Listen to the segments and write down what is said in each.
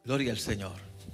Gloria al Señor.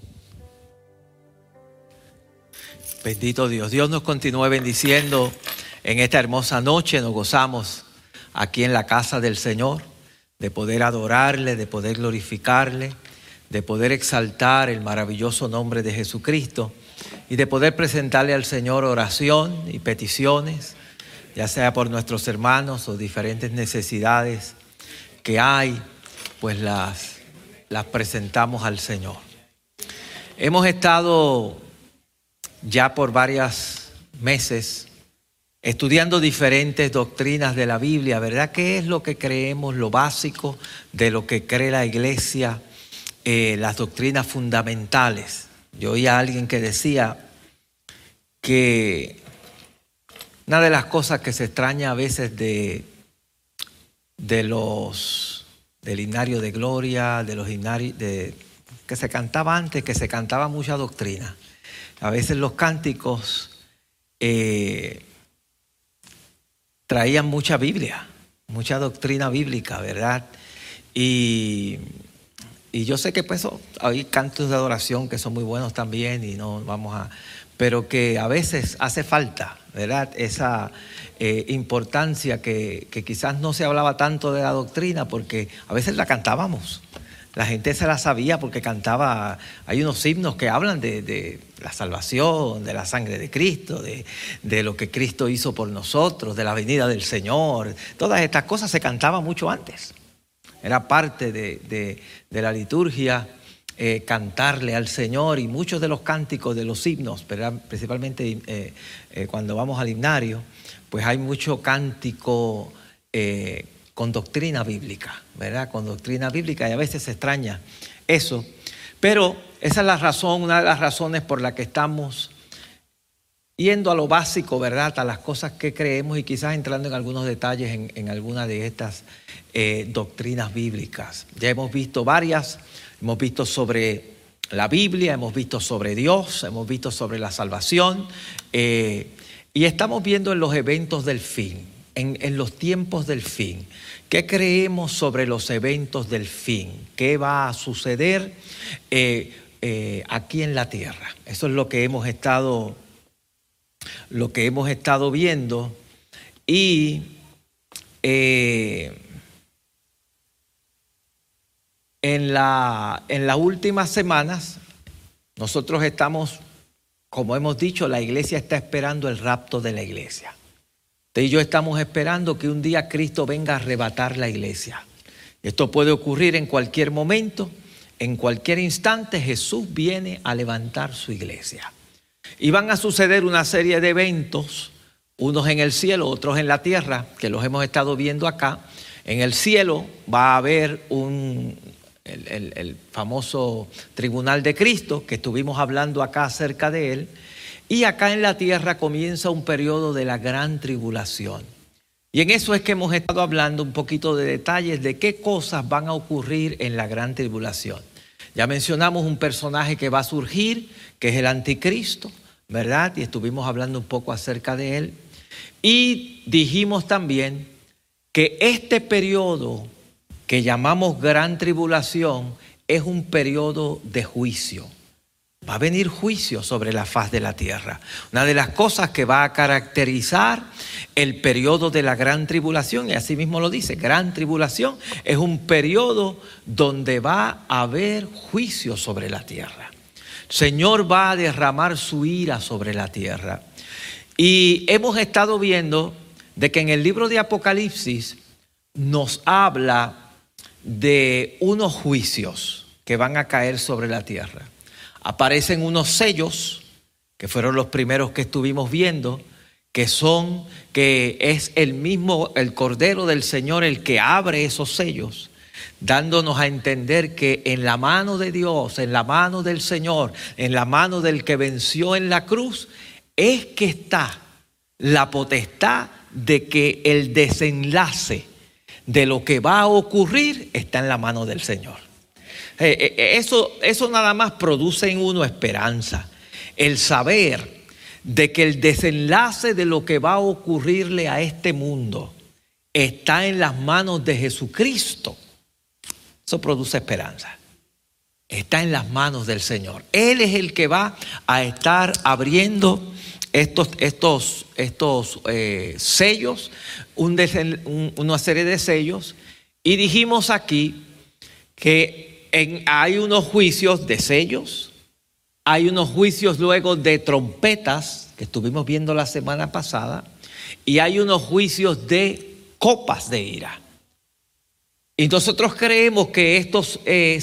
Bendito Dios. Dios nos continúe bendiciendo en esta hermosa noche. Nos gozamos aquí en la casa del Señor, de poder adorarle, de poder glorificarle, de poder exaltar el maravilloso nombre de Jesucristo y de poder presentarle al Señor oración y peticiones, ya sea por nuestros hermanos o diferentes necesidades que hay, pues las presentamos al Señor. Hemos estado ya por varios meses estudiando diferentes doctrinas de la Biblia, ¿verdad? ¿Qué es lo que creemos, lo básico de lo que cree la iglesia, las doctrinas fundamentales? Yo oí a alguien que decía que una de las cosas que se extraña a veces del himnario de gloria, de los himnarios que se cantaba antes, que se cantaba mucha doctrina. A veces los cánticos traían mucha Biblia, mucha doctrina bíblica, ¿verdad? Y yo sé que pues hay cantos de adoración que son muy buenos también y no vamos a... Pero que a veces hace falta, ¿verdad? Esa importancia que quizás no se hablaba tanto de la doctrina porque a veces la cantábamos. La gente se la sabía porque cantaba. Hay unos himnos que hablan de la salvación, de la sangre de Cristo, de lo que Cristo hizo por nosotros, de la venida del Señor. Todas estas cosas se cantaban mucho antes. Era parte de la liturgia. Cantarle al Señor, y muchos de los cánticos de los himnos, ¿verdad? Principalmente cuando vamos al himnario, pues hay mucho cántico con doctrina bíblica, ¿verdad? Con doctrina bíblica, y a veces se extraña eso, pero esa es la razón, una de las razones por la que estamos yendo a lo básico, ¿verdad? A las cosas que creemos y quizás entrando en algunos detalles en alguna de estas doctrinas bíblicas. Ya hemos visto varias. Hemos visto sobre la Biblia, hemos visto sobre Dios, hemos visto sobre la salvación y estamos viendo en los eventos del fin, en los tiempos del fin. ¿Qué creemos sobre los eventos del fin? ¿Qué va a suceder aquí en la tierra? Eso es lo que hemos estado viendo y en las últimas semanas, nosotros estamos, como hemos dicho, la iglesia está esperando el rapto de la iglesia. Usted y yo estamos esperando que un día Cristo venga a arrebatar la iglesia. Esto puede ocurrir en cualquier momento, en cualquier instante. Jesús viene a levantar su iglesia. Y van a suceder una serie de eventos, unos en el cielo, otros en la tierra, que los hemos estado viendo acá. En el cielo va a haber el famoso tribunal de Cristo, que estuvimos hablando acá acerca de él, y acá en la tierra comienza un periodo de la gran tribulación. Y en eso es que hemos estado hablando un poquito de detalles de qué cosas van a ocurrir en la gran tribulación. Ya mencionamos un personaje que va a surgir, que es el anticristo, ¿verdad? Y estuvimos hablando un poco acerca de él. Y dijimos también que este periodo que llamamos gran tribulación es un periodo de juicio. Va a venir juicio sobre la faz de la tierra. Una de las cosas que va a caracterizar el periodo de la gran tribulación, y así mismo lo dice, gran tribulación, es un periodo donde va a haber juicio sobre la tierra. El Señor va a derramar su ira sobre la tierra. Y hemos estado viendo de que en el libro de Apocalipsis nos habla de unos juicios que van a caer sobre la tierra. Aparecen unos sellos, que fueron los primeros que estuvimos viendo, que es el Cordero del Señor el que abre esos sellos, dándonos a entender que en la mano de Dios, en la mano del Señor, en la mano del que venció en la cruz, es que está la potestad de que el desenlace de lo que va a ocurrir está en la mano del Señor. Eso nada más produce en uno esperanza. El saber de que el desenlace de lo que va a ocurrirle a este mundo está en las manos de Jesucristo. Eso produce esperanza. está en las manos del Señor. Él es el que va a estar abriendo estos sellos, una serie de sellos. Y dijimos aquí que hay unos juicios de sellos, hay unos juicios luego de trompetas, que estuvimos viendo la semana pasada, y hay unos juicios de copas de ira. Y nosotros creemos que estos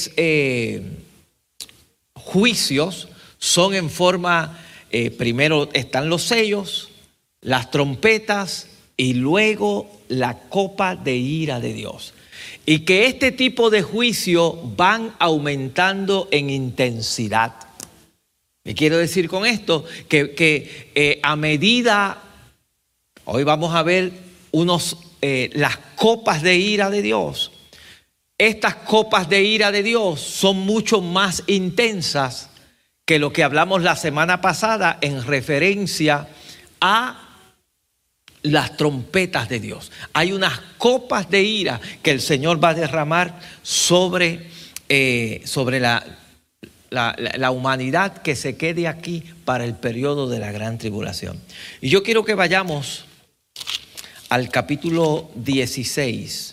juicios son en forma, primero están los sellos, las trompetas y luego la copa de ira de Dios. Y que este tipo de juicio van aumentando en intensidad. ¿Qué quiero decir con esto? Que a medida, hoy vamos a ver las copas de ira de Dios. Estas copas de ira de Dios son mucho más intensas que lo que hablamos la semana pasada en referencia a las trompetas de Dios. Hay unas copas de ira que el Señor va a derramar sobre la humanidad que se quede aquí para el periodo de la gran tribulación. Y yo quiero que vayamos al capítulo 16.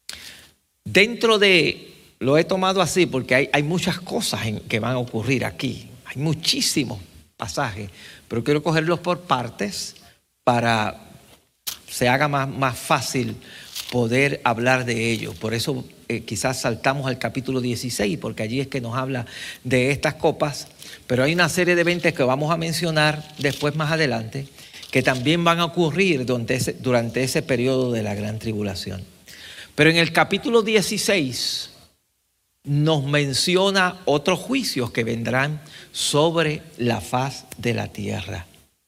Lo he tomado así porque hay muchas cosas que van a ocurrir aquí. Hay muchísimos pasajes, pero quiero cogerlos por partes para se haga más fácil poder hablar de ellos. Por eso quizás saltamos al capítulo 16, porque allí es que nos habla de estas copas. Pero hay una serie de eventos que vamos a mencionar después más adelante, que también van a ocurrir durante ese periodo de la gran tribulación. Pero en el capítulo 16 nos menciona otros juicios que vendrán sobre la faz de la tierra.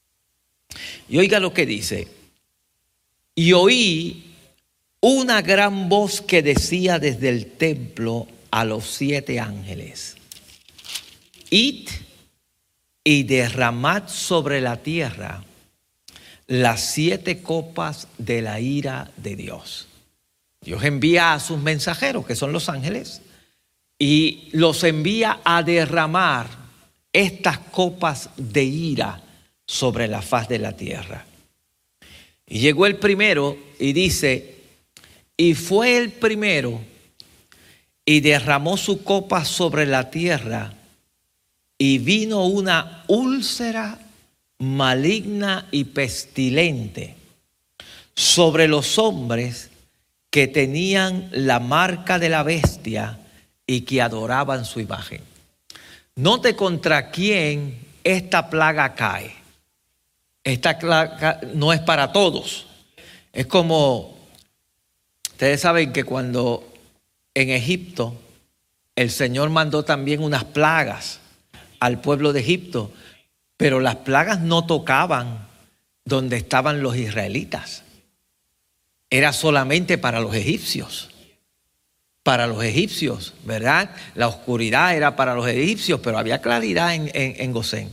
Y oiga lo que dice: y oí una gran voz que decía desde el templo a los 7 ángeles: id y derramad sobre la tierra las 7 copas de la ira de Dios. Dios envía a sus mensajeros, que son los ángeles, y los envía a derramar estas copas de ira sobre la faz de la tierra. Y llegó el primero y dice: y fue el primero y derramó su copa sobre la tierra, y vino una úlcera maligna y pestilente sobre los hombres que tenían la marca de la bestia y que adoraban su imagen. Note contra quién esta plaga cae. Esta plaga no es para todos. Es como, ustedes saben que cuando en Egipto el Señor mandó también unas plagas al pueblo de Egipto, pero las plagas no tocaban donde estaban los israelitas. Era solamente para los egipcios. Para los egipcios, ¿verdad? La oscuridad era para los egipcios, pero había claridad en Gosén.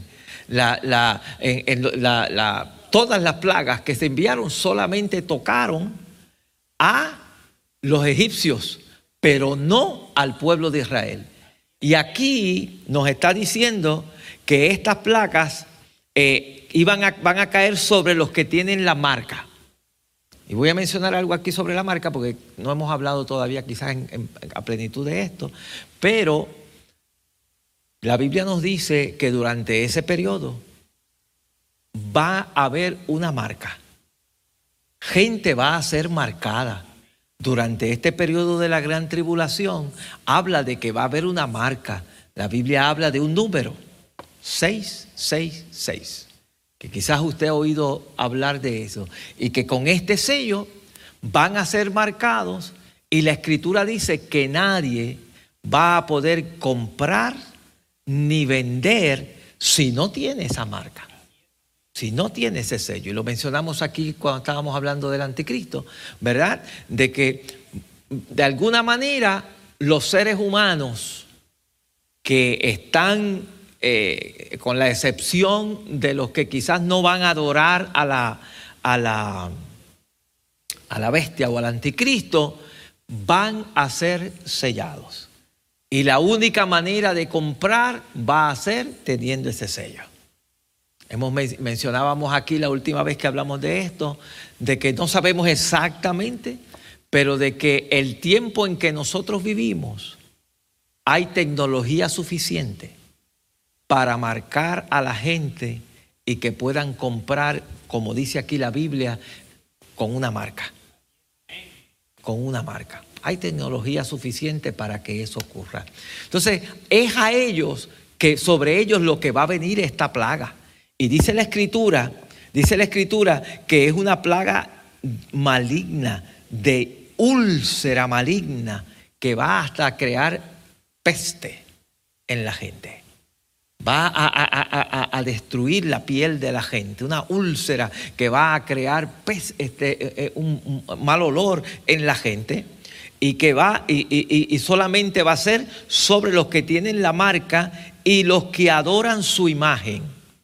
Todas las plagas que se enviaron solamente tocaron a los egipcios, pero no al pueblo de Israel. Y aquí nos está diciendo que estas plagas van a caer sobre los que tienen la marca. Y voy a mencionar algo aquí sobre la marca porque no hemos hablado todavía quizás a plenitud de esto, pero la Biblia nos dice que durante ese periodo va a haber una marca. Gente va a ser marcada. Durante este periodo de la gran tribulación habla de que va a haber una marca. La Biblia habla de un número, 666. Que quizás usted ha oído hablar de eso, y que con este sello van a ser marcados, y la Escritura dice que nadie va a poder comprar ni vender si no tiene esa marca, si no tiene ese sello. Y lo mencionamos aquí cuando estábamos hablando del anticristo, ¿verdad? De que de alguna manera los seres humanos que están con la excepción de los que quizás no van a adorar a la bestia o al anticristo, van a ser sellados. Y la única manera de comprar va a ser teniendo ese sello. Mencionábamos aquí la última vez que hablamos de esto, de que no sabemos exactamente, pero de que el tiempo en que nosotros vivimos hay tecnología suficiente para marcar a la gente y que puedan comprar, como dice aquí la Biblia, con una marca. Con una marca. Hay tecnología suficiente para que eso ocurra. Entonces, es a ellos que sobre ellos lo que va a venir esta plaga. Y dice la Escritura que es una plaga maligna, de úlcera maligna, que va hasta crear peste en la gente. Va a destruir la piel de la gente, una úlcera que va a crear un mal olor en la gente. Y que va y solamente va a ser sobre los que tienen la marca y los que adoran su imagen.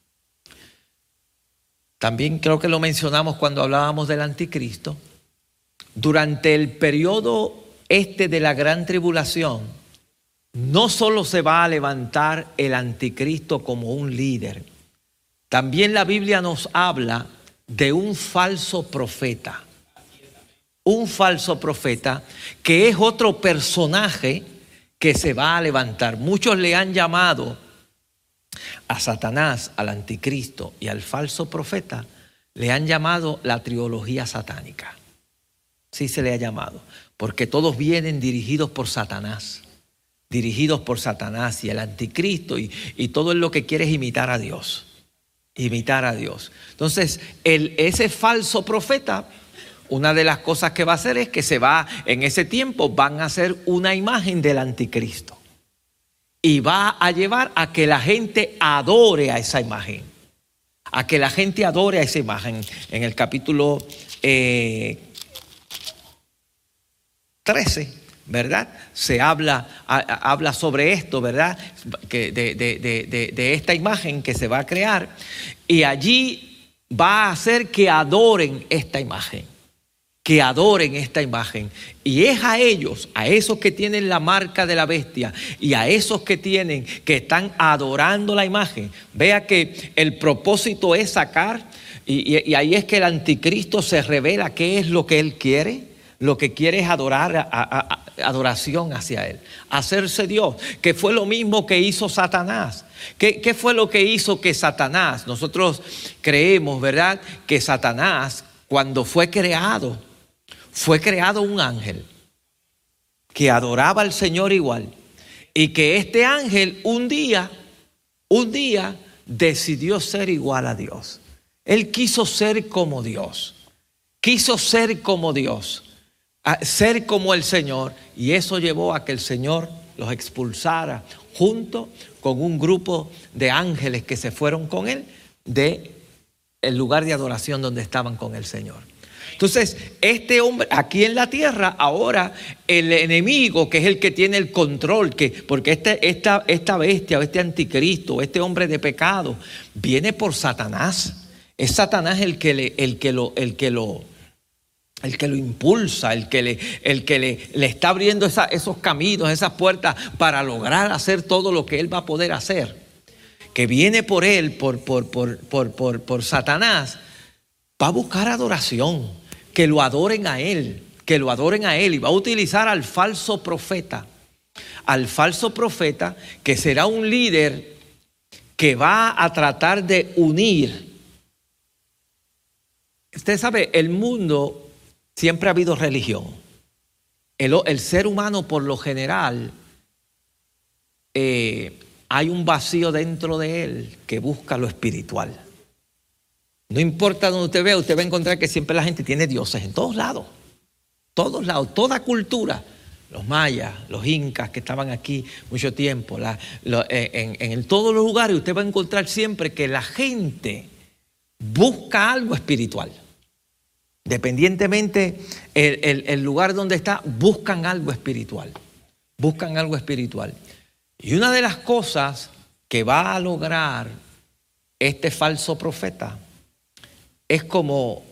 También creo que lo mencionamos cuando hablábamos del anticristo. Durante el periodo de la gran tribulación, no solo se va a levantar el anticristo como un líder, también la Biblia nos habla de un falso profeta. Un falso profeta que es otro personaje que se va a levantar. Muchos le han llamado a Satanás, al anticristo y al falso profeta, le han llamado la trilogía satánica. Sí se le ha llamado, porque todos vienen dirigidos por Satanás. Dirigidos por Satanás y el anticristo y todo lo que quiere es imitar a Dios. Imitar a Dios. Entonces, ese falso profeta, una de las cosas que va a hacer es que en ese tiempo van a hacer una imagen del anticristo. Y va a llevar a que la gente adore a esa imagen. A que la gente adore a esa imagen. En el capítulo 13, ¿verdad? Se habla sobre esto, ¿verdad? Que de esta imagen que se va a crear. Y allí va a hacer que adoren esta imagen. Que adoren esta imagen. Y es a ellos, a esos que tienen la marca de la bestia y a esos que están adorando la imagen. Vea que el propósito es sacar, y ahí es que el anticristo se revela qué es lo que él quiere. Lo que quiere es adoración hacia él, hacerse Dios, que fue lo mismo que hizo Satanás. ¿Qué fue lo que hizo que Satanás? Nosotros creemos, ¿verdad?, que Satanás, cuando fue creado un ángel que adoraba al Señor igual, y que este ángel un día decidió ser igual a Dios. Él quiso ser como Dios, ser como el Señor, y eso llevó a que el Señor los expulsara junto con un grupo de ángeles que se fueron con él de el lugar de adoración donde estaban con el Señor. Entonces, este hombre aquí en la tierra, ahora el enemigo, que es el que tiene el control, porque esta bestia o este anticristo, este hombre de pecado, viene por Satanás. Es Satanás el que lo impulsa, el que le está abriendo esos caminos, esas puertas para lograr hacer todo lo que él va a poder hacer. Que viene por él, por Satanás, va a buscar adoración, que lo adoren a él, y va a utilizar al falso profeta que será un líder que va a tratar de unir. Usted sabe, el mundo siempre ha habido religión. El ser humano, por lo general, hay un vacío dentro de él que busca lo espiritual. No importa donde usted vea, usted va a encontrar que siempre la gente tiene dioses en todos lados, toda cultura. Los mayas, los incas que estaban aquí mucho tiempo, en todos los lugares usted va a encontrar siempre que la gente busca algo espiritual. Dependientemente el lugar donde está, buscan algo espiritual. Y una de las cosas que va a lograr este falso profeta es como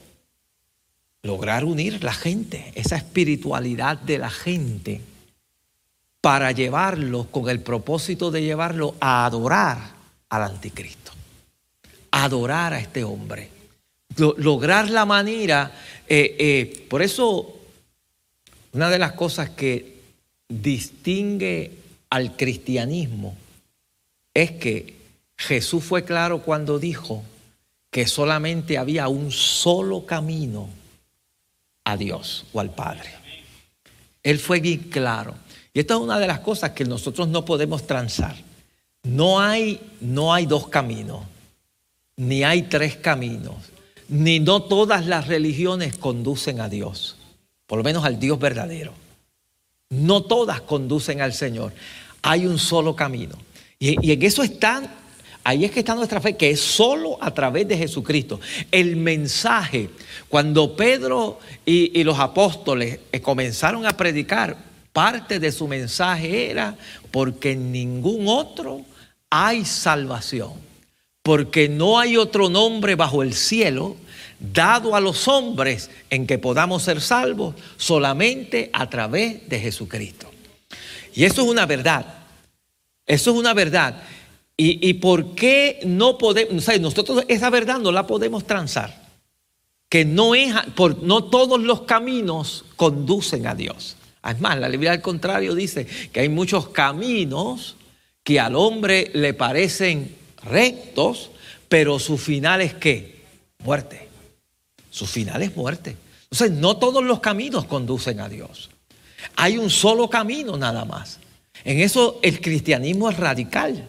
lograr unir la gente, esa espiritualidad de la gente, para llevarlo, con el propósito de llevarlo a adorar al anticristo, adorar a este hombre, lograr la manera. Por eso, una de las cosas que distingue al cristianismo es que Jesús fue claro cuando dijo que solamente había un solo camino a Dios o al Padre. Él fue bien claro. Y esta es una de las cosas que nosotros no podemos transar. No hay dos caminos, ni hay tres caminos, ni no todas las religiones conducen a Dios, por lo menos al Dios verdadero. No todas conducen al Señor. Hay un solo camino. Y en eso ahí es que está nuestra fe, que es solo a través de Jesucristo. El mensaje, cuando Pedro y los apóstoles comenzaron a predicar, parte de su mensaje era: porque en ningún otro hay salvación, porque no hay otro nombre bajo el cielo dado a los hombres en que podamos ser salvos, solamente a través de Jesucristo. Y eso es una verdad. Eso es una verdad. ¿Y por qué no podemos? O sea, nosotros esa verdad no la podemos transar. Que no todos los caminos conducen a Dios. Es más, la Biblia al contrario dice que hay muchos caminos que al hombre le parecen rectos, pero su final es ¿qué? Muerte. Su final es muerte. Entonces, no todos los caminos conducen a Dios. Hay un solo camino nada más. En eso el cristianismo es radical.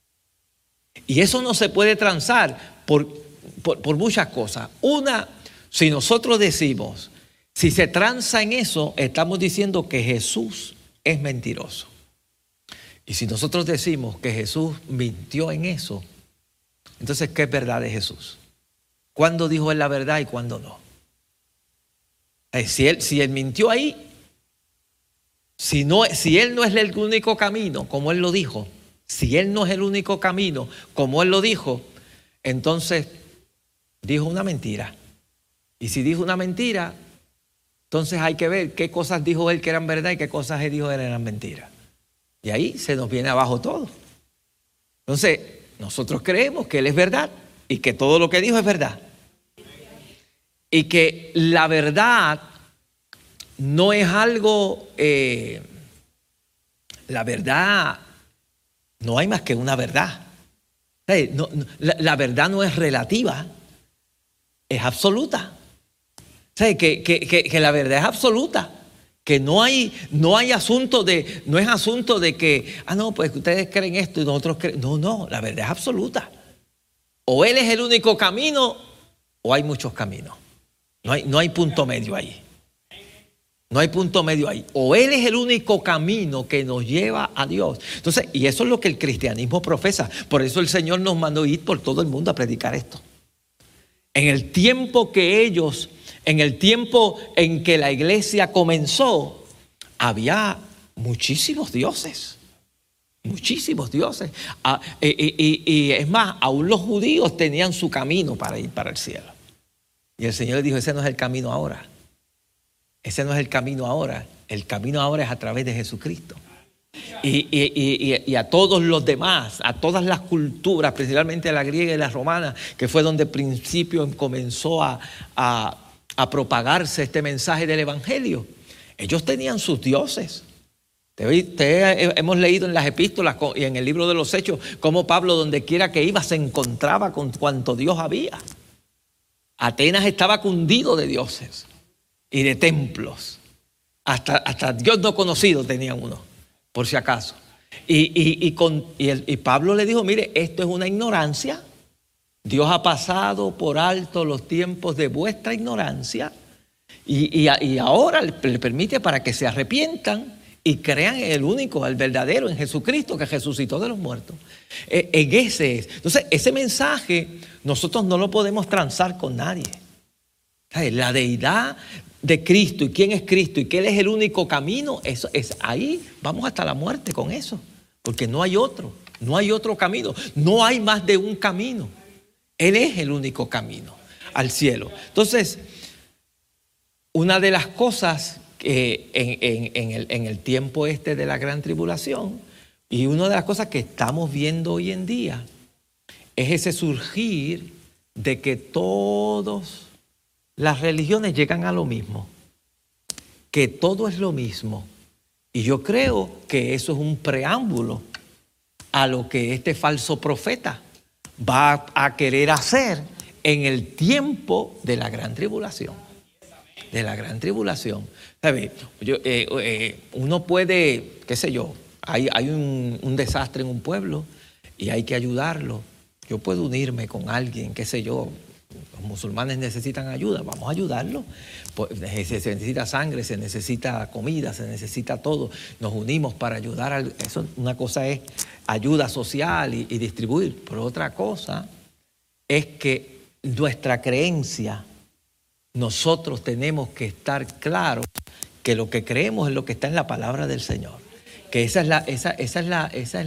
Y eso no se puede transar por muchas cosas. Una, si nosotros decimos, si se transa en eso, estamos diciendo que Jesús es mentiroso. Y si nosotros decimos que Jesús mintió en eso, entonces, ¿qué es verdad de Jesús? ¿Cuándo dijo él la verdad y cuándo no? Si él mintió ahí, si él no es el único camino, como él lo dijo, si él no es el único camino, como él lo dijo, entonces dijo una mentira. Y si dijo una mentira, entonces hay que ver qué cosas dijo él que eran verdad y qué cosas él dijo que eran mentiras. Y ahí se nos viene abajo todo. Entonces, nosotros creemos que él es verdad y que todo lo que dijo es verdad. Y que la verdad no es algo, la verdad, no hay más que una verdad. La verdad no es relativa, es absoluta. Que la verdad es absoluta. Que no es asunto de que, no, pues ustedes creen esto y nosotros creemos. No, la verdad es absoluta. O él es el único camino o hay muchos caminos. No hay punto medio ahí. No hay punto medio ahí. O él es el único camino que nos lleva a Dios. Entonces, y eso es lo que el cristianismo profesa. Por eso el Señor nos mandó ir por todo el mundo a predicar esto. En el tiempo en que la iglesia comenzó, había muchísimos dioses. Muchísimos dioses. Y es más, aún los judíos tenían su camino para ir para el cielo. Y el Señor les dijo: ese no es el camino ahora. Ese no es el camino ahora. El camino ahora es a través de Jesucristo. Y a todos los demás, a todas las culturas, principalmente a la griega y la romana, que fue donde al principio comenzó a propagarse este mensaje del evangelio. Ellos tenían sus dioses. Hemos leído en las epístolas y en el libro de los Hechos cómo Pablo, donde quiera que iba, se encontraba con cuanto Dios había. Atenas estaba cundido de dioses y de templos. Hasta Dios no conocido tenían uno, por si acaso. Y Pablo le dijo: mire, esto es una ignorancia. Dios ha pasado por alto los tiempos de vuestra ignorancia y ahora le permite para que se arrepientan y crean en el único, el verdadero, en Jesucristo, que resucitó de los muertos. En ese es. Entonces, ese mensaje nosotros no lo podemos transar con nadie. La deidad de Cristo y quién es Cristo y que Él es el único camino, eso es ahí, vamos hasta la muerte con eso, porque no hay otro camino, no hay más de un camino. Él es el único camino al cielo. Entonces, una de las cosas en el tiempo de la gran tribulación. Y una de las cosas que estamos viendo hoy en día es ese surgir de que todas las religiones llegan a lo mismo, que todo es lo mismo. Y yo creo que eso es un preámbulo a lo que este falso profeta va a querer hacer en el tiempo de la gran tribulación. De la gran tribulación. ¿Sabe? Uno puede, qué sé yo, hay un desastre en un pueblo y hay que ayudarlo. Yo puedo unirme con alguien, qué sé yo, los musulmanes necesitan ayuda, vamos a ayudarlos. Se necesita sangre, se necesita comida, se necesita todo. Nos unimos para ayudar. Eso, una cosa es ayuda social y distribuir, pero otra cosa es que nuestra creencia, nosotros tenemos que estar claros que lo que creemos es lo que está en la palabra del Señor. Que esa es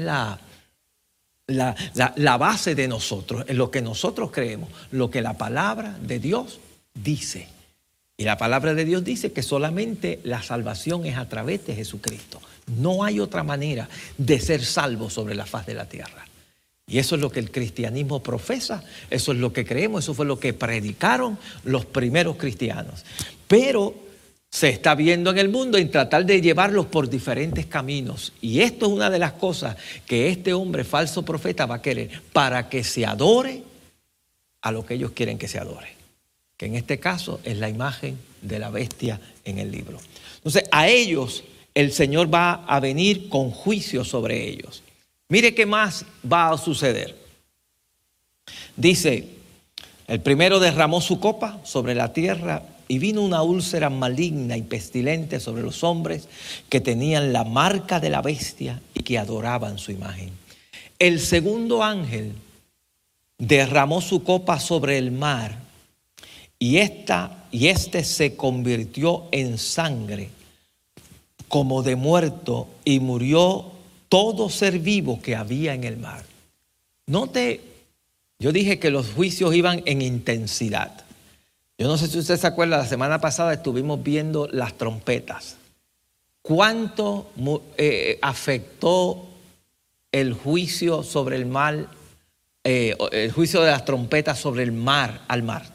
la base de nosotros, en lo que nosotros creemos, lo que la palabra de Dios dice. Y la palabra de Dios dice que solamente la salvación es a través de Jesucristo. No hay otra manera de ser salvo sobre la faz de la tierra. Y eso es lo que el cristianismo profesa, eso es lo que creemos, eso fue lo que predicaron los primeros cristianos. Pero se está viendo en el mundo en tratar de llevarlos por diferentes caminos. Y esto es una de las cosas que este hombre falso profeta va a querer para que se adore a lo que ellos quieren que se adore. Que en este caso es la imagen de la bestia en el libro. Entonces a ellos el Señor va a venir con juicio sobre ellos. Mire qué más va a suceder. Dice, el primero derramó su copa sobre la tierra y vino una úlcera maligna y pestilente sobre los hombres que tenían la marca de la bestia y que adoraban su imagen. El segundo ángel derramó su copa sobre el mar y este se convirtió en sangre como de muerto y murió todo ser vivo que había en el mar. Note, yo dije que los juicios iban en intensidad. Yo no sé si usted se acuerda, la semana pasada estuvimos viendo las trompetas. ¿Cuánto afectó el juicio sobre el mar, el juicio de las trompetas sobre el mar, al mar?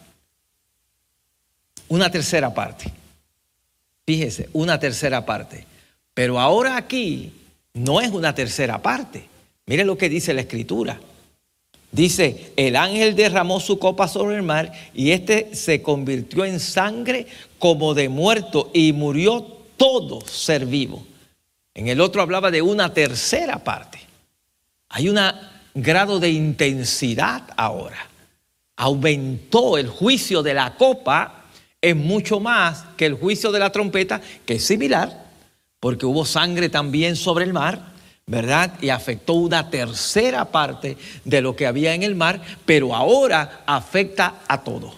Una tercera parte. Fíjese, una tercera parte. Pero ahora aquí no es una tercera parte. Mire lo que dice la Escritura. Dice, el ángel derramó su copa sobre el mar y este se convirtió en sangre como de muerto y murió todo ser vivo. En el otro hablaba de una tercera parte. Hay un grado de intensidad ahora. Aumentó el juicio de la copa, es mucho más que el juicio de la trompeta, que es similar, porque hubo sangre también sobre el mar, ¿verdad? Y afectó una tercera parte de lo que había en el mar, pero ahora afecta a todo.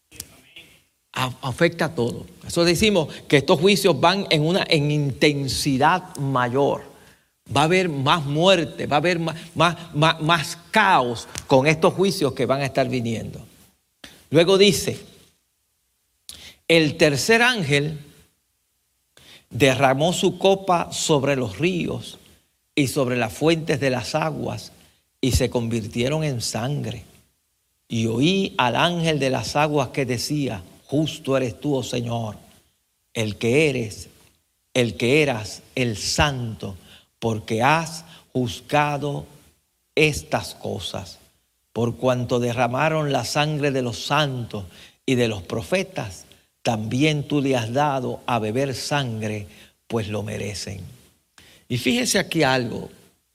Afecta a todo. Eso decimos que estos juicios van en intensidad mayor. Va a haber más muerte, va a haber más caos con estos juicios que van a estar viniendo. Luego dice, el tercer ángel derramó su copa sobre los ríos y sobre las fuentes de las aguas, y se convirtieron en sangre. Y oí al ángel de las aguas que decía, justo eres tú, oh Señor, el que eras el santo, porque has juzgado estas cosas, por cuanto derramaron la sangre de los santos y de los profetas, también tú le has dado a beber sangre, pues lo merecen. Y fíjese aquí algo.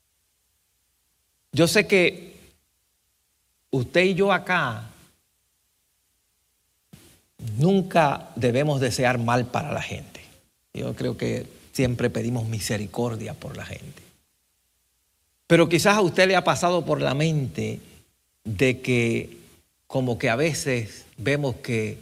Yo sé que usted y yo acá nunca debemos desear mal para la gente. Yo creo que siempre pedimos misericordia por la gente. Pero quizás a usted le ha pasado por la mente de que como que a veces vemos que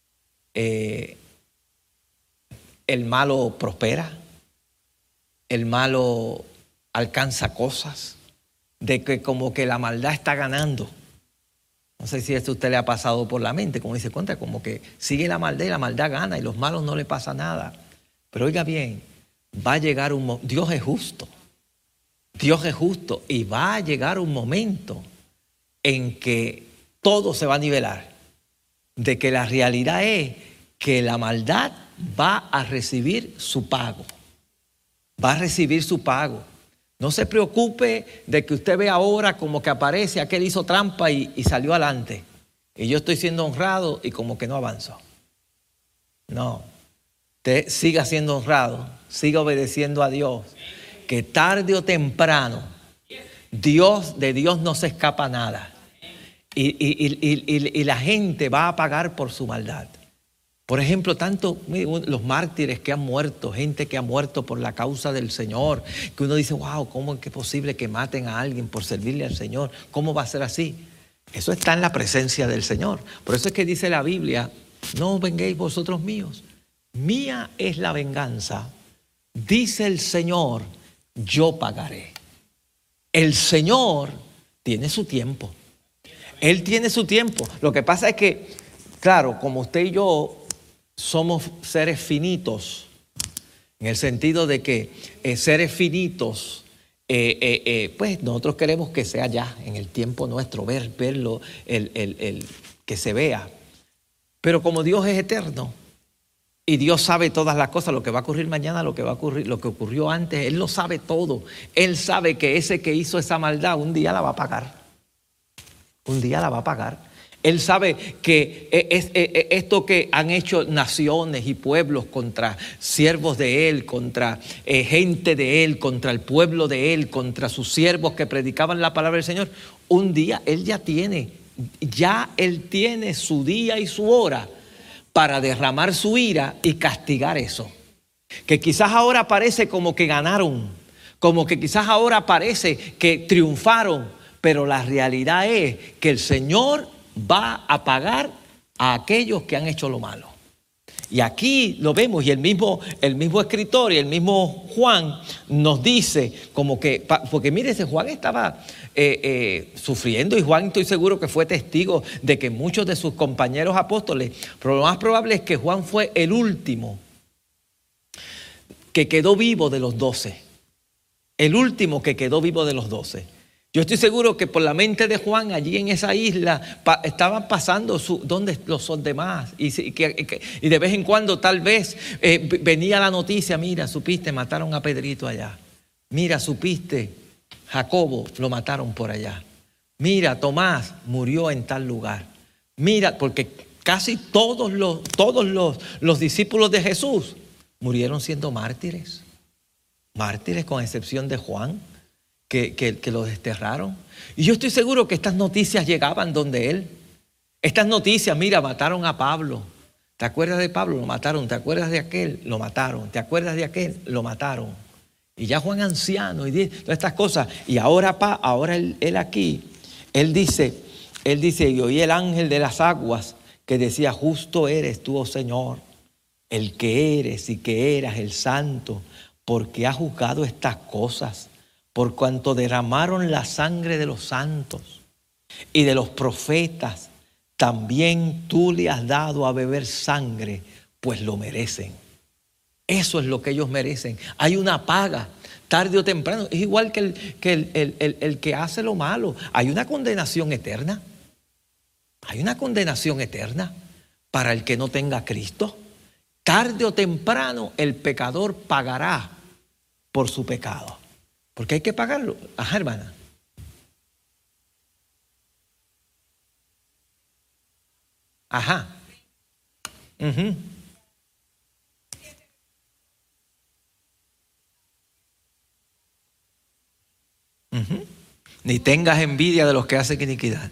el malo prospera, el malo alcanza cosas, de que como que la maldad está ganando. No sé si esto a usted le ha pasado por la mente, como dice cuenta, como que sigue la maldad y la maldad gana y los malos no le pasa nada. Pero oiga bien, va a llegar un momento, Dios es justo. Dios es justo y va a llegar un momento en que todo se va a nivelar. De que la realidad es que la maldad va a recibir su pago. Va a recibir su pago. No se preocupe de que usted ve ahora como que aparece, aquel hizo trampa y salió adelante. Y yo estoy siendo honrado y como que no avanzo. No. Usted siga siendo honrado, siga obedeciendo a Dios. Que tarde o temprano, de Dios no se escapa nada. Y la gente va a pagar por su maldad. Por ejemplo, tanto los mártires que han muerto, gente que ha muerto por la causa del Señor, que uno dice, wow, ¿cómo es que es posible que maten a alguien por servirle al Señor? ¿Cómo va a ser así? Eso está en la presencia del Señor. Por eso es que dice la Biblia, no venguéis vosotros míos, mía es la venganza, dice el Señor, yo pagaré. El Señor tiene su tiempo. Él tiene su tiempo. Lo que pasa es que, claro, como usted y yo somos seres finitos, en el sentido de que seres finitos, pues nosotros queremos que sea ya en el tiempo nuestro, verlo, que se vea. Pero como Dios es eterno y Dios sabe todas las cosas, lo que va a ocurrir mañana, lo que va a ocurrir, lo que ocurrió antes, Él lo sabe todo. Él sabe que ese que hizo esa maldad un día la va a pagar. Un día la va a pagar. Él sabe que esto que han hecho naciones y pueblos contra siervos de Él, contra gente de Él, contra el pueblo de Él, contra sus siervos que predicaban la palabra del Señor, un día Él Él tiene su día y su hora para derramar su ira y castigar eso. Que quizás ahora parece como que ganaron, como que quizás ahora parece que triunfaron, pero la realidad es que el Señor va a pagar a aquellos que han hecho lo malo. Y aquí lo vemos, y el mismo escritor y el mismo Juan nos dice como que, porque mire, ese Juan estaba sufriendo, y Juan estoy seguro que fue testigo de que muchos de sus compañeros apóstoles, pero lo más probable es que Juan fue el último que quedó vivo de los 12. El último que quedó vivo de los 12. Yo estoy seguro que por la mente de Juan allí en esa isla estaban pasando donde los demás y de vez en cuando tal vez venía la noticia, mira, supiste, mataron a Pedrito allá. Mira, supiste, Jacobo lo mataron por allá. Mira, Tomás murió en tal lugar. Mira, porque casi todos los discípulos de Jesús murieron siendo mártires. Mártires con excepción de Juan. Que lo desterraron. Y yo estoy seguro que estas noticias llegaban donde él. Estas noticias, mira, mataron a Pablo. ¿Te acuerdas de Pablo? Lo mataron. ¿Te acuerdas de aquel? Lo mataron. ¿Te acuerdas de aquel? Lo mataron. Y ya Juan anciano y todas estas cosas. Y ahora él aquí, él dice, y oí el ángel de las aguas que decía, justo eres tú, oh Señor, el que eres y que eras el santo, porque has juzgado estas cosas. Por cuanto derramaron la sangre de los santos y de los profetas, también tú le has dado a beber sangre, pues lo merecen. Eso es lo que ellos merecen. Hay una paga, tarde o temprano. Es igual que el que hace lo malo. Hay una condenación eterna. Hay una condenación eterna para el que no tenga a Cristo. Tarde o temprano el pecador pagará por su pecado. Porque hay que pagarlo. Ajá, hermana. Ajá. Uh-huh. Uh-huh. Ni tengas envidia de los que hacen iniquidad.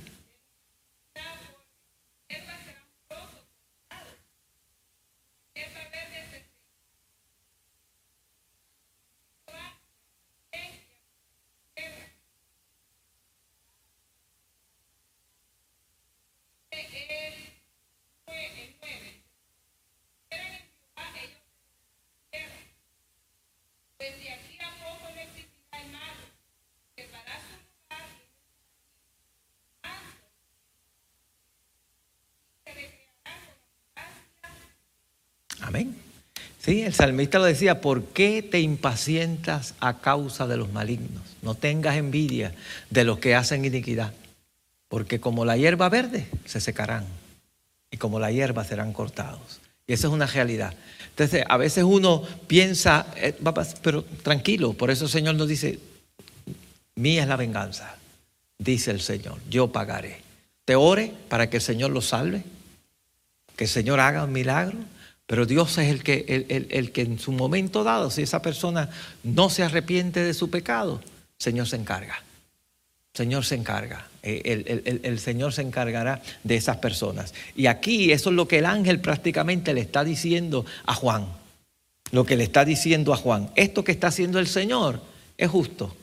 Amén. Sí, el salmista lo decía, ¿por qué te impacientas a causa de los malignos? No tengas envidia de los que hacen iniquidad, porque como la hierba verde se secarán y como la hierba serán cortados. Y esa es una realidad. Entonces, a veces uno piensa, pero tranquilo, por eso el Señor nos dice, mía es la venganza, dice el Señor, yo pagaré. Te ore para que el Señor lo salve, que el Señor haga un milagro. Pero Dios es el que en su momento dado, si esa persona no se arrepiente de su pecado, el Señor se encarga. El Señor se encarga. El Señor se encargará de esas personas. Y aquí eso es lo que el ángel prácticamente le está diciendo a Juan. Lo que le está diciendo a Juan. Esto que está haciendo el Señor es justo.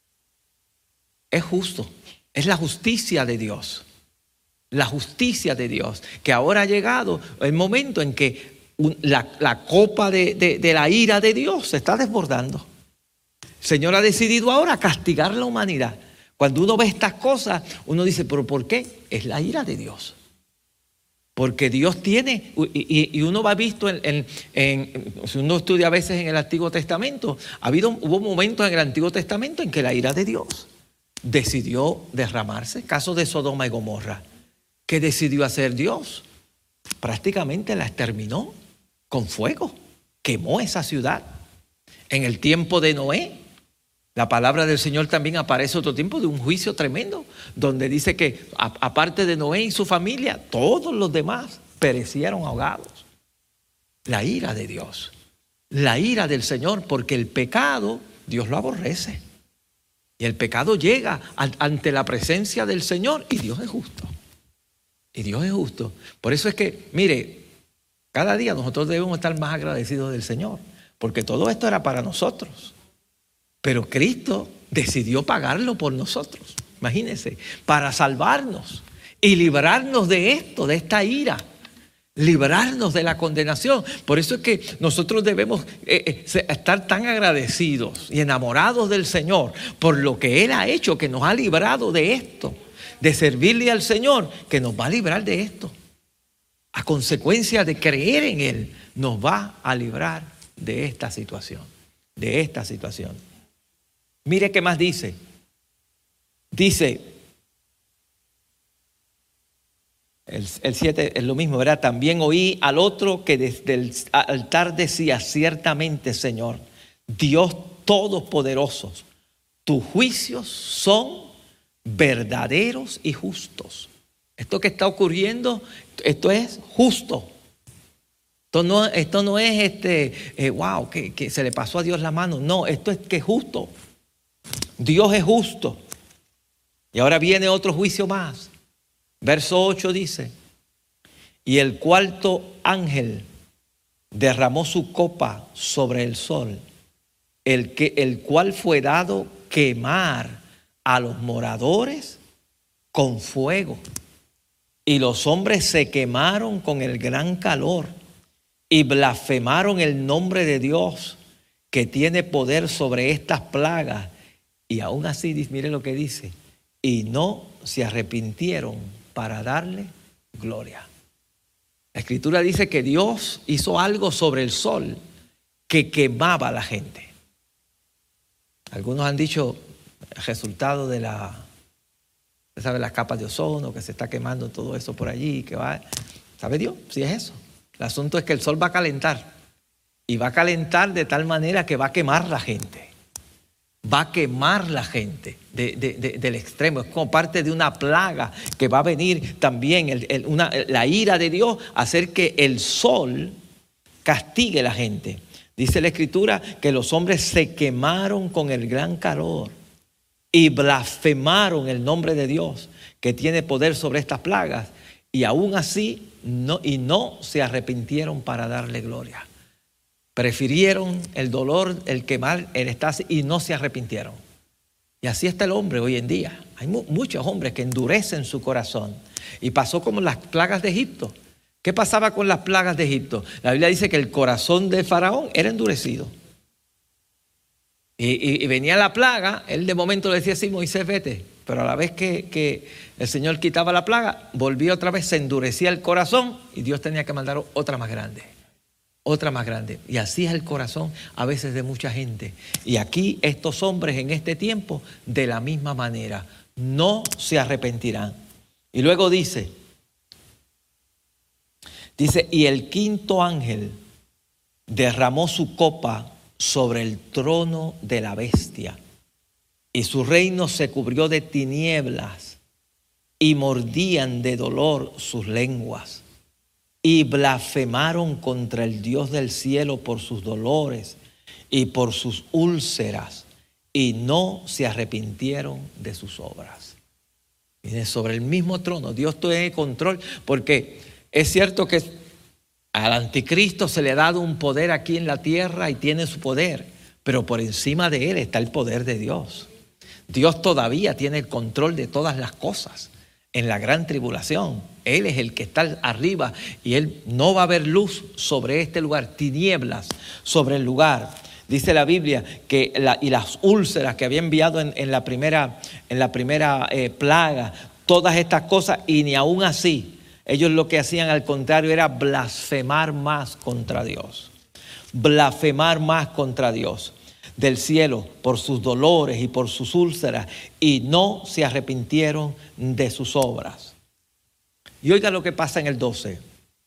Es justo. Es la justicia de Dios. La justicia de Dios. Que ahora ha llegado el momento en que la copa de la ira de Dios se está desbordando. El Señor ha decidido ahora castigar a la humanidad. Cuando uno ve estas cosas, uno dice, ¿pero por qué? Es la ira de Dios. Porque Dios tiene, y uno va visto si uno estudia a veces en el Antiguo Testamento, hubo momentos en el Antiguo Testamento en que la ira de Dios decidió derramarse. Caso de Sodoma y Gomorra. ¿Qué decidió hacer Dios? Prácticamente la exterminó con fuego, quemó esa ciudad. En el tiempo de Noé, la palabra del Señor también aparece otro tiempo de un juicio tremendo, donde dice que aparte de Noé y su familia, todos los demás perecieron ahogados. La ira de Dios, la ira del Señor, porque el pecado Dios lo aborrece. Y el pecado llega ante la presencia del Señor y Dios es justo. Y Dios es justo. Por eso es que, mire, cada día nosotros debemos estar más agradecidos del Señor, porque todo esto era para nosotros. Pero Cristo decidió pagarlo por nosotros. Imagínense, para salvarnos y librarnos de esto, de esta ira, librarnos de la condenación. Por eso es que nosotros debemos estar tan agradecidos y enamorados del Señor por lo que Él ha hecho, que nos ha librado de esto, de servirle al Señor, que nos va a librar de esto. A consecuencia de creer en Él, nos va a librar de esta situación. De esta situación. Mire qué más dice. Dice, el 7 es lo mismo, ¿verdad? También oí al otro que desde el altar decía, ciertamente, Señor, Dios Todopoderoso, tus juicios son verdaderos y justos. Esto que está ocurriendo, esto es justo. Esto no es wow, que se le pasó a Dios la mano. No, esto es que es justo. Dios es justo. Y ahora viene otro juicio más. Verso 8 dice, y el cuarto ángel derramó su copa sobre el sol, el cual fue dado quemar a los moradores con fuego. Y los hombres se quemaron con el gran calor y blasfemaron el nombre de Dios, que tiene poder sobre estas plagas. Y aún así, mire lo que dice, y no se arrepintieron para darle gloria. La Escritura dice que Dios hizo algo sobre el sol que quemaba a la gente. Algunos han dicho el resultado de las capas de ozono, que se está quemando todo eso por allí, que va, ¿sabe Dios? Sí es eso. El asunto es que el sol va a calentar, y va a calentar de tal manera que va a quemar la gente. Va a quemar la gente del extremo. Es como parte de una plaga que va a venir también, la ira de Dios, a hacer que el sol castigue a la gente. Dice la Escritura que los hombres se quemaron con el gran calor y blasfemaron el nombre de Dios, que tiene poder sobre estas plagas, y aún así no se arrepintieron para darle gloria. Prefirieron el dolor, el quemar, el estase, y no se arrepintieron. Y así está el hombre hoy en día. Hay muchos hombres que endurecen su corazón. Y pasó como las plagas de Egipto. ¿Qué pasaba con las plagas de Egipto? La Biblia dice que el corazón de Faraón era endurecido. Y venía la plaga, él de momento le decía, sí, Moisés, vete. Pero a la vez que el Señor quitaba la plaga, volvía otra vez, se endurecía el corazón y Dios tenía que mandar otra más grande. otra más grande. Y así es el corazón a veces de mucha gente. Y aquí estos hombres en este tiempo de la misma manera no se arrepentirán. Y luego dice, y el quinto ángel derramó su copa sobre el trono de la bestia, y su reino se cubrió de tinieblas, y mordían de dolor sus lenguas, y blasfemaron contra el Dios del cielo por sus dolores y por sus úlceras, y no se arrepintieron de sus obras. Miren, sobre el mismo trono, Dios tiene control, porque es cierto que al anticristo se le ha dado un poder aquí en la tierra y tiene su poder, pero por encima de él está el poder de Dios. Dios todavía tiene el control de todas las cosas. En la gran tribulación, Él es el que está arriba y Él no va a haber luz sobre este lugar, tinieblas sobre el lugar. Dice la Biblia que y las úlceras que había enviado en la primera plaga, todas estas cosas, y ni aún así, ellos lo que hacían al contrario era blasfemar más contra Dios. Blasfemar más contra Dios del cielo por sus dolores y por sus úlceras, y no se arrepintieron de sus obras. Y oiga lo que pasa en el 12,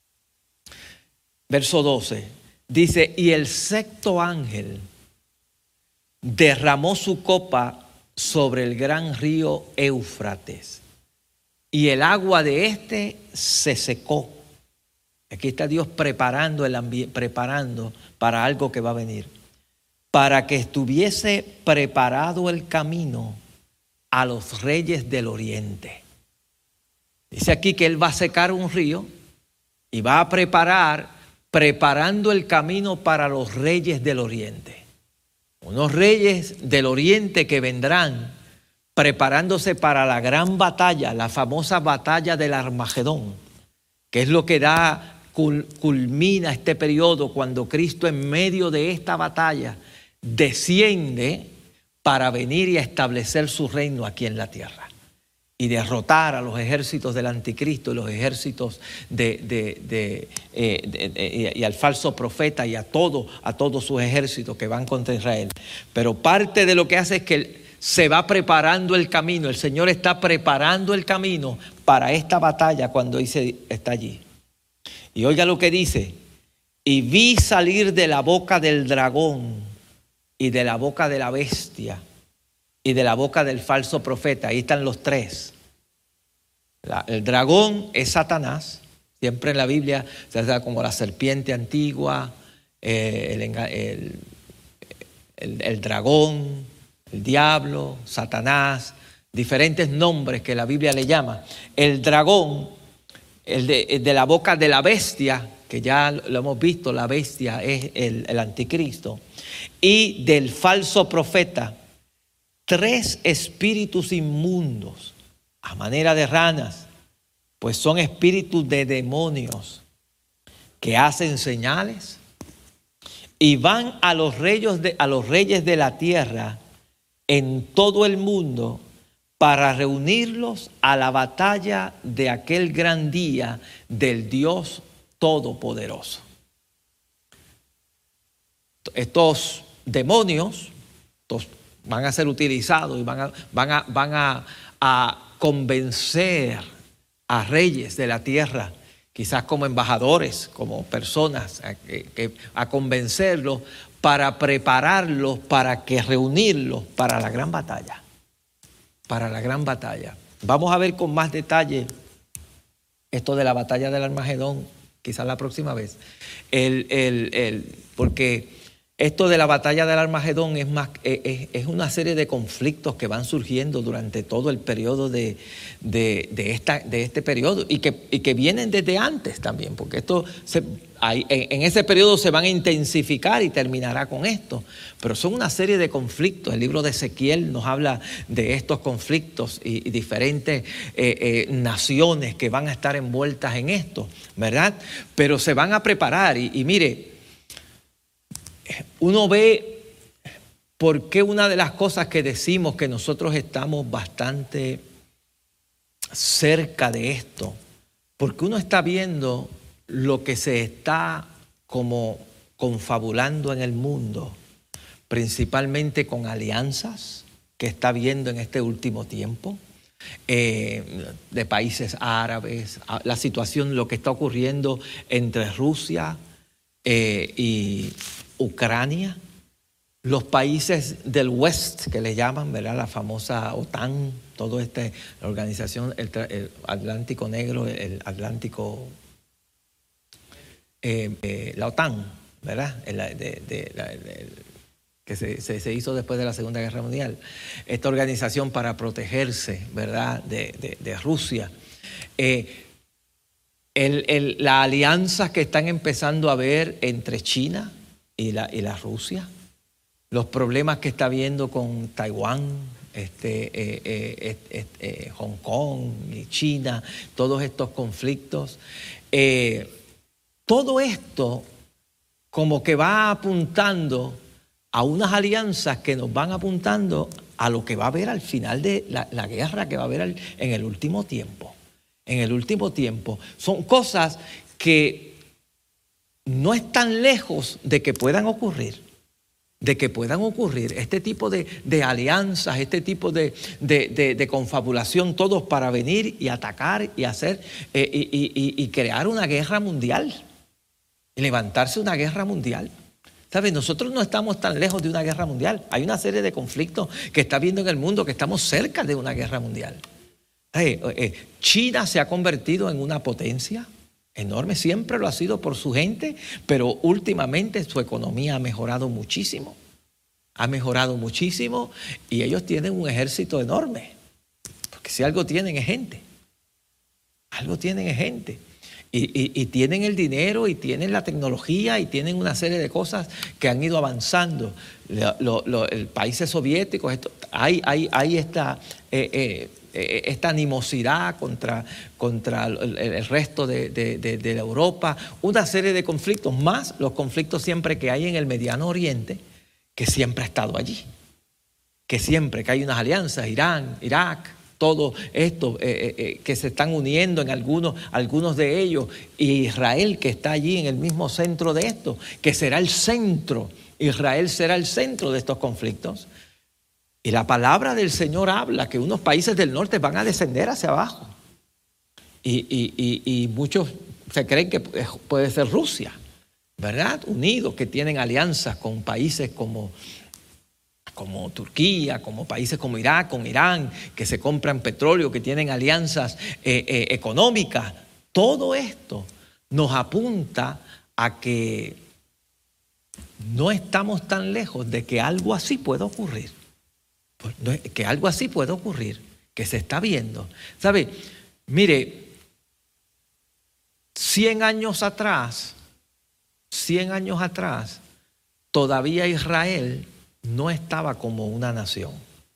verso 12, dice, y el sexto ángel derramó su copa sobre el gran río Éufrates, y el agua de éste se secó. Aquí está Dios preparando preparando para algo que va a venir, para que estuviese preparado el camino a los reyes del oriente. Dice aquí que Él va a secar un río y va a preparando el camino para los reyes del oriente. Unos reyes del oriente que vendrán preparándose para la gran batalla, la famosa batalla del Armagedón, que es lo que culmina este periodo cuando Cristo en medio de esta batalla desciende para venir y establecer su reino aquí en la tierra y derrotar a los ejércitos del anticristo y los ejércitos y al falso profeta y a todos sus ejércitos que van contra Israel. Pero parte de lo que hace es que se va preparando el camino. El Señor está preparando el camino para esta batalla cuando está allí. Y oiga lo que dice: y vi salir de la boca del dragón y de la boca de la bestia y de la boca del falso profeta. Ahí están los tres. El dragón es Satanás. Siempre en la Biblia se da como la serpiente antigua, el dragón, el diablo, Satanás, diferentes nombres que la Biblia le llama. El dragón, el de la boca de la bestia, que ya lo hemos visto, la bestia es el anticristo, y del falso profeta, tres espíritus inmundos a manera de ranas, pues son espíritus de demonios que hacen señales y van a los reyes de la tierra en todo el mundo para reunirlos a la batalla de aquel gran día del Dios Todopoderoso. Estos demonios van a ser utilizados y van a convencer a reyes de la tierra, quizás como embajadores, como personas, a convencerlos para prepararlos, para que reunirlos para la gran batalla. Para la gran batalla. Vamos a ver con más detalle esto de la batalla del Armagedón, quizás la próxima vez. Porque esto de la batalla del Armagedón es una serie de conflictos que van surgiendo durante todo el periodo de este periodo y que vienen desde antes también, porque en ese periodo se van a intensificar y terminará con esto. Pero son una serie de conflictos. El libro de Ezequiel nos habla de estos conflictos y diferentes naciones que van a estar envueltas en esto, ¿verdad? Pero se van a preparar y mire, uno ve por qué una de las cosas que decimos que nosotros estamos bastante cerca de esto, porque uno está viendo lo que se está como confabulando en el mundo, principalmente con alianzas que está viendo en este último tiempo, de países árabes, la situación, lo que está ocurriendo entre Rusia y Ucrania, los países del West que le llaman, ¿verdad? La famosa OTAN, todo la organización, el Atlántico Negro, el Atlántico, la OTAN, ¿verdad? Que se hizo después de la Segunda Guerra Mundial, esta organización para protegerse, ¿verdad?, de Rusia. Las alianzas que están empezando a haber entre China y la Rusia, los problemas que está habiendo con Taiwán, Hong Kong y China, todos estos conflictos, todo esto como que va apuntando a unas alianzas que nos van apuntando a lo que va a haber al final de la guerra que va a haber en el último tiempo. En el último tiempo. Son cosas que no están lejos de que puedan ocurrir. Este tipo de alianzas, este tipo de confabulación, todos para venir y atacar y hacer y crear una guerra mundial. Y levantarse una guerra mundial. ¿Sabes? Nosotros no estamos tan lejos de una guerra mundial. Hay una serie de conflictos que está viendo en el mundo que estamos cerca de una guerra mundial. China se ha convertido en una potencia enorme, siempre lo ha sido por su gente, pero últimamente su economía ha mejorado muchísimo. Y ellos tienen un ejército enorme. Porque si algo tienen es gente. Y tienen el dinero y tienen la tecnología y tienen una serie de cosas que han ido avanzando. El países soviéticos, hay esta animosidad contra el resto de la Europa, una serie de conflictos, más los conflictos siempre que hay en el Mediano Oriente, que siempre ha estado allí. Que hay unas alianzas, Irán, Irak, todo esto que se están uniendo en algunos de ellos, y Israel que está allí en el mismo centro de esto, que será el centro, Israel será el centro de estos conflictos. Y la palabra del Señor habla que unos países del norte van a descender hacia abajo. Y muchos se creen que puede ser Rusia, ¿verdad? Unidos, que tienen alianzas con países como Turquía, como países como Irak, con Irán, que se compran petróleo, que tienen alianzas económicas. Todo esto nos apunta a que no estamos tan lejos de que algo así pueda ocurrir. Que se está viendo. ¿Sabe? Mire, 100 años atrás, todavía Israel no estaba como una nación.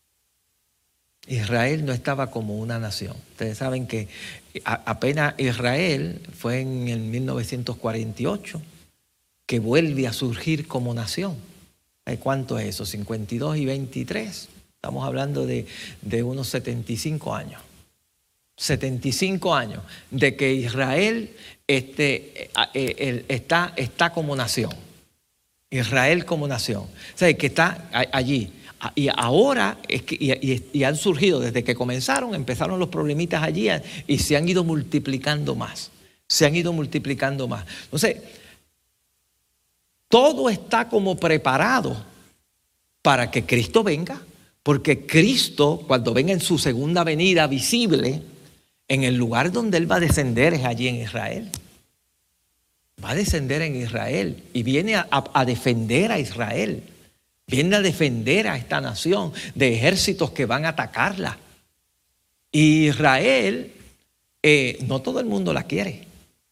Ustedes saben que apenas Israel fue en el 1948 que vuelve a surgir como nación. ¿Cuánto es eso? 52 y 23. Estamos hablando de unos 75 años. 75 años de que Israel está como nación. Israel como nación. O sea, que está allí. Y ahora y han surgido, desde que empezaron los problemitas allí y se han ido multiplicando más. Entonces, todo está como preparado para que Cristo venga, porque Cristo, cuando venga en su segunda venida visible, en el lugar donde Él va a descender es allí en Israel. Va a descender en Israel y viene a defender a Israel. Viene a defender a esta nación de ejércitos que van a atacarla. Y Israel, no todo el mundo la quiere.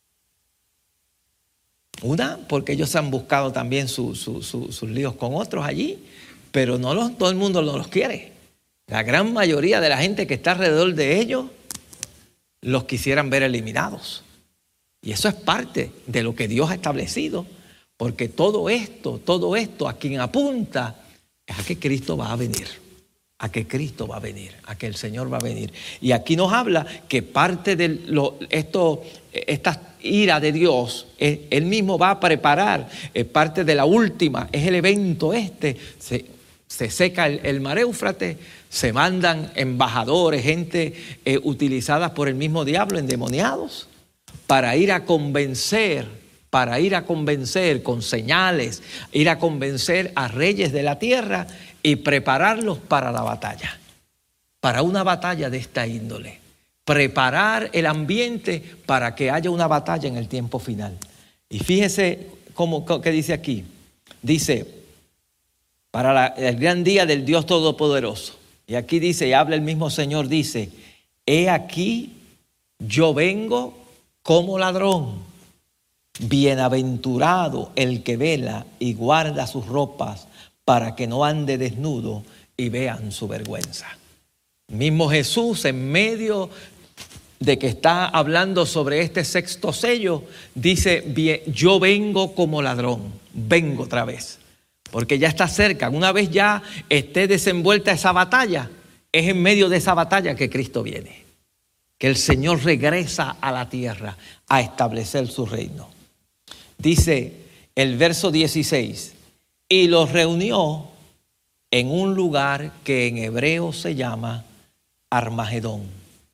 Una, porque ellos han buscado también sus líos con otros allí, pero todo el mundo no los quiere. La gran mayoría de la gente que está alrededor de ellos los quisieran ver eliminados. Y eso es parte de lo que Dios ha establecido, porque todo esto a quien apunta es a que Cristo va a venir. a que Cristo va a venir, a que el Señor va a venir. Y aquí nos habla que parte de esta ira de Dios, Él mismo va a preparar, parte de la última, es el evento se seca el mar Éufrates, se mandan embajadores, gente utilizada por el mismo diablo, endemoniados, para ir a convencer con señales, ir a convencer a reyes de la tierra y prepararlos para la batalla, para una batalla de esta índole. Preparar el ambiente para que haya una batalla en el tiempo final. Y fíjese qué dice aquí. Dice, para el gran día del Dios Todopoderoso. Y aquí dice, y habla el mismo Señor, dice, he aquí, yo vengo como ladrón. Bienaventurado el que vela y guarda sus ropas para que no ande desnudo y vean su vergüenza. Mismo Jesús, en medio de que está hablando sobre este sexto sello, dice, yo vengo como ladrón, vengo otra vez, porque ya está cerca. Una vez ya esté desenvuelta esa batalla, es en medio de esa batalla que Cristo viene, que el Señor regresa a la tierra a establecer su reino. Dice el verso 16, y los reunió en un lugar que en hebreo se llama Armagedón.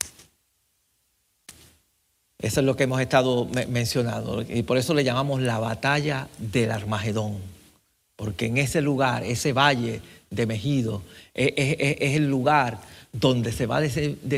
Eso es lo que hemos estado mencionando, y por eso le llamamos la batalla del Armagedón, porque en ese lugar, ese valle de Megido, es el lugar donde se va a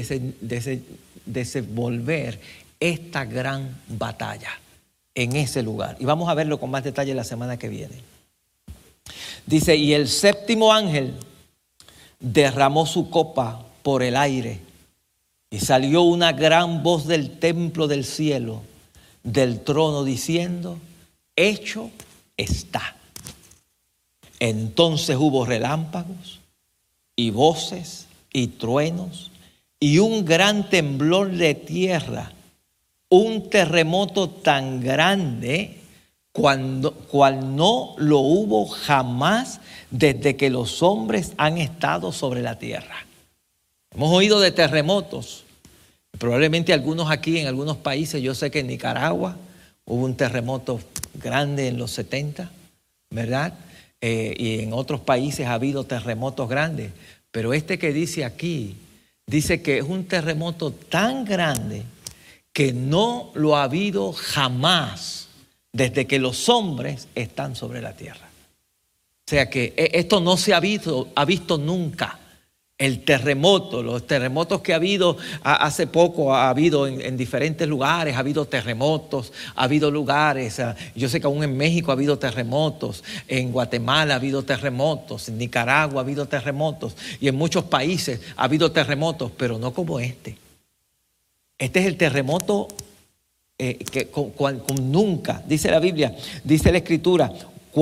desenvolver esta gran batalla, en ese lugar. Y vamos a verlo con más detalle la semana que viene. Dice, y el séptimo ángel derramó su copa por el aire, y salió una gran voz del templo del cielo, del trono, diciendo, hecho está. Entonces hubo relámpagos y voces y truenos y un gran temblor de tierra, un terremoto tan grande cual no lo hubo jamás desde que los hombres han estado sobre la tierra. Hemos oído de terremotos, probablemente algunos aquí en algunos países. Yo sé que en Nicaragua hubo un terremoto grande en los 70, ¿verdad? Y en otros países ha habido terremotos grandes, pero este que dice aquí, dice que es un terremoto tan grande que no lo ha habido jamás desde que los hombres están sobre la tierra. O sea que esto no se ha visto nunca. El terremoto, los terremotos que ha habido hace poco, ha habido en diferentes lugares, ha habido terremotos, ha habido lugares, yo sé que aún en México ha habido terremotos, en Guatemala ha habido terremotos, en Nicaragua ha habido terremotos y en muchos países ha habido terremotos, pero no como este. Este es el terremoto que nunca, dice la Biblia, dice la Escritura,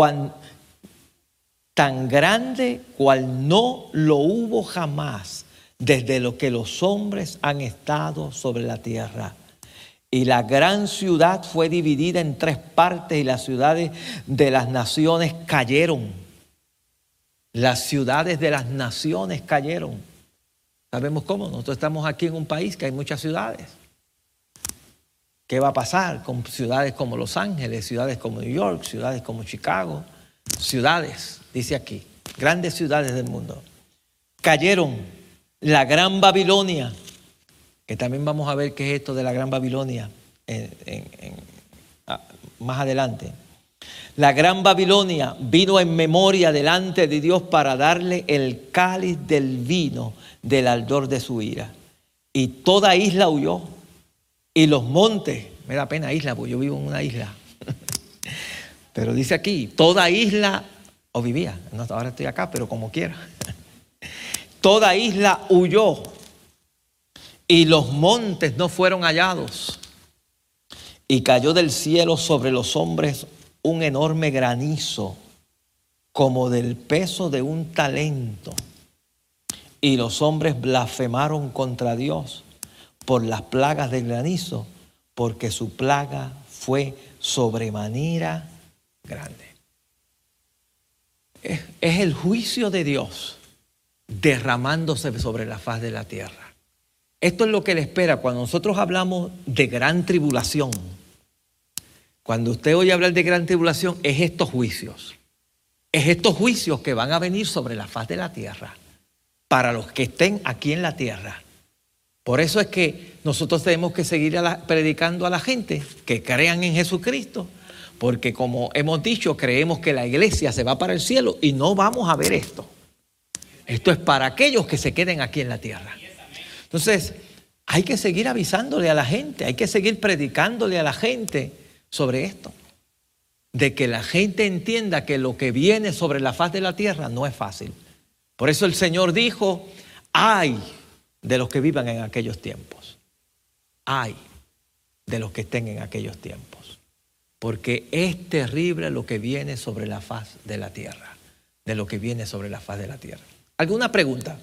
tan grande cual no lo hubo jamás desde lo que los hombres han estado sobre la tierra. Y la gran ciudad fue dividida en 3 partes y las ciudades de las naciones cayeron. Las ciudades de las naciones cayeron. ¿Sabemos cómo? Nosotros estamos aquí en un país que hay muchas ciudades. ¿Qué va a pasar con ciudades como Los Ángeles, ciudades como New York, ciudades como Chicago? Ciudades, dice aquí, grandes ciudades del mundo. Cayeron. La Gran Babilonia, que también vamos a ver qué es esto de la Gran Babilonia más adelante. La Gran Babilonia vino en memoria delante de Dios para darle el cáliz del vino del ardor de su ira. Y toda isla huyó. Y los montes, me da pena isla, porque yo vivo en una isla. Pero dice aquí, toda isla, o vivía, no, ahora estoy acá, pero como quiera. Toda isla huyó y los montes no fueron hallados. Y cayó del cielo sobre los hombres un enorme granizo, como del peso de un talento. Y los hombres blasfemaron contra Dios por las plagas del granizo, porque su plaga fue sobremanera grande. Es el juicio de Dios derramándose sobre la faz de la tierra. Esto es lo que le espera cuando nosotros hablamos de gran tribulación. Cuando usted oye hablar de gran tribulación, es estos juicios. Es estos juicios que van a venir sobre la faz de la tierra para los que estén aquí en la tierra. Por eso es que nosotros tenemos que seguir predicando a la gente que crean en Jesucristo, porque como hemos dicho, creemos que la iglesia se va para el cielo y no vamos a ver esto. Esto es para aquellos que se queden aquí en la tierra. Entonces, hay que seguir avisándole a la gente, hay que seguir predicándole a la gente sobre esto. De que la gente entienda que lo que viene sobre la faz de la tierra no es fácil. Por eso el Señor dijo, ay de los que vivan en aquellos tiempos. Ay de los que estén en aquellos tiempos. Porque es terrible lo que viene sobre la faz de la tierra. De lo que viene sobre la faz de la tierra. ¿Alguna pregunta?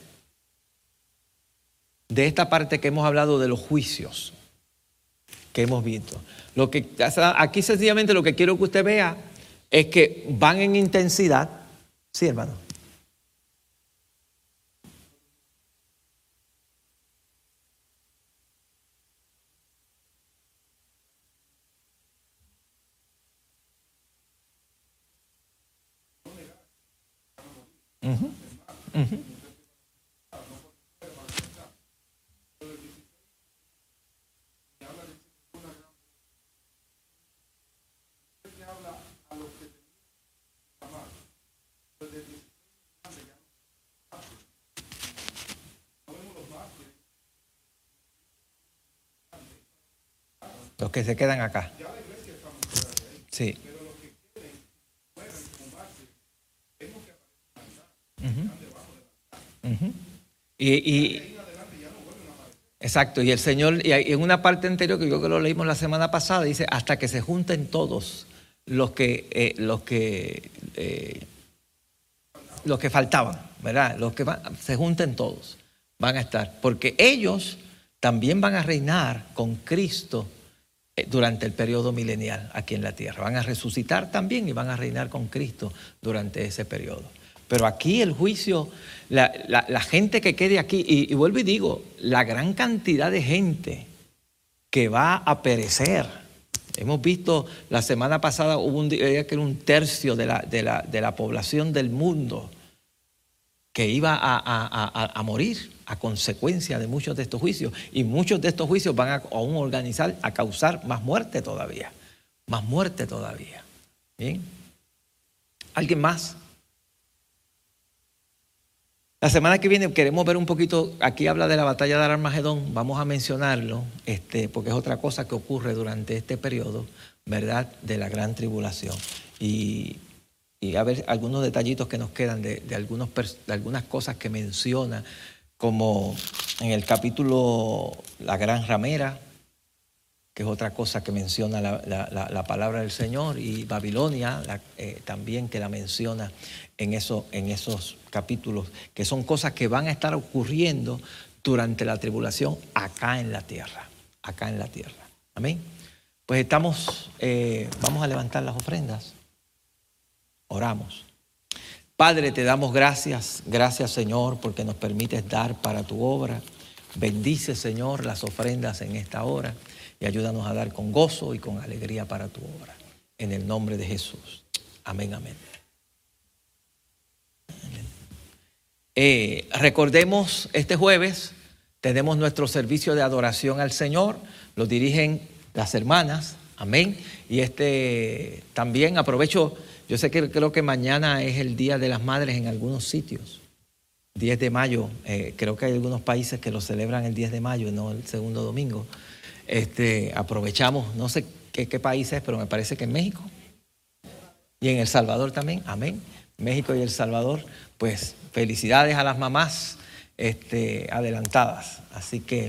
De esta parte que hemos hablado de los juicios que hemos visto. Aquí sencillamente lo que quiero que usted vea es que van en intensidad. Sí, hermano. Uh-huh, uh-huh. Los que se quedan acá. Sí. Uh-huh. Uh-huh. Exacto, y el Señor, y en una parte anterior que yo creo que lo leímos la semana pasada, dice, hasta que se junten todos los que faltaban, ¿verdad? Los que se junten todos, van a estar, porque ellos también van a reinar con Cristo durante el periodo milenial aquí en la tierra. Van a resucitar también y van a reinar con Cristo durante ese periodo. Pero aquí el juicio, la gente que quede aquí, y vuelvo y digo, la gran cantidad de gente que va a perecer. Hemos visto la semana pasada, hubo un día que era un tercio de la población del mundo que iba a morir a consecuencia de muchos de estos juicios. Y muchos de estos juicios van a aún organizar, a causar más muerte todavía. Más muerte todavía. ¿Bien? ¿Alguien más? La semana que viene queremos ver un poquito, aquí habla de la batalla de Armagedón, vamos a mencionarlo, porque es otra cosa que ocurre durante este periodo, ¿verdad?, de la gran tribulación. Y a ver algunos detallitos que nos quedan de algunas cosas que menciona, como en el capítulo La Gran Ramera, que es otra cosa que menciona la palabra del Señor, y Babilonia también, que la menciona en esos capítulos, que son cosas que van a estar ocurriendo durante la tribulación acá en la tierra, Amén. Pues vamos a levantar las ofrendas. Oramos. Padre, te damos gracias Señor, porque nos permites dar para tu obra. Bendice, Señor, las ofrendas en esta hora y ayúdanos a dar con gozo y con alegría para tu obra. En el nombre de Jesús. Amén, amén. Recordemos, este jueves tenemos nuestro servicio de adoración al Señor. Lo dirigen las hermanas. Amén. Y también aprovecho. Yo sé que creo que mañana es el Día de las Madres en algunos sitios. 10 de mayo, creo que hay algunos países que lo celebran el 10 de mayo, no el segundo domingo. Aprovechamos, no sé qué país es, pero me parece que en México. Y en El Salvador también, amén. México y El Salvador, pues felicidades a las mamás adelantadas. Así que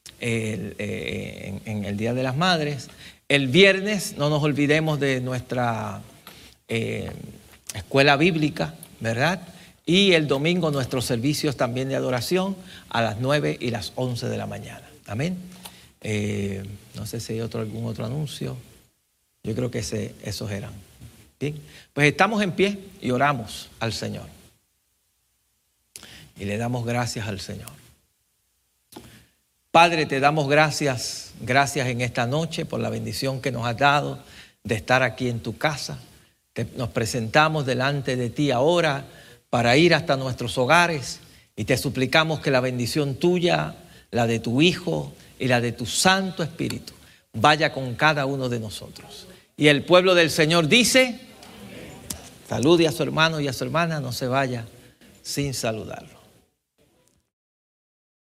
en el Día de las Madres, el viernes no nos olvidemos de nuestra escuela bíblica, ¿verdad? Y el domingo nuestros servicios también de adoración a las 9 y las 11 de la mañana. Amén. No sé si hay algún otro anuncio. Yo creo que esos eran. Bien, pues estamos en pie y oramos al Señor. y le damos gracias al Señor. Padre, te damos gracias en esta noche por la bendición que nos has dado de estar aquí en tu casa. Nos presentamos delante de ti ahora para ir hasta nuestros hogares y te suplicamos que la bendición tuya, la de tu Hijo y la de tu Santo Espíritu vaya con cada uno de nosotros. Y el pueblo del Señor dice, salude a su hermano y a su hermana, no se vaya sin saludarlo.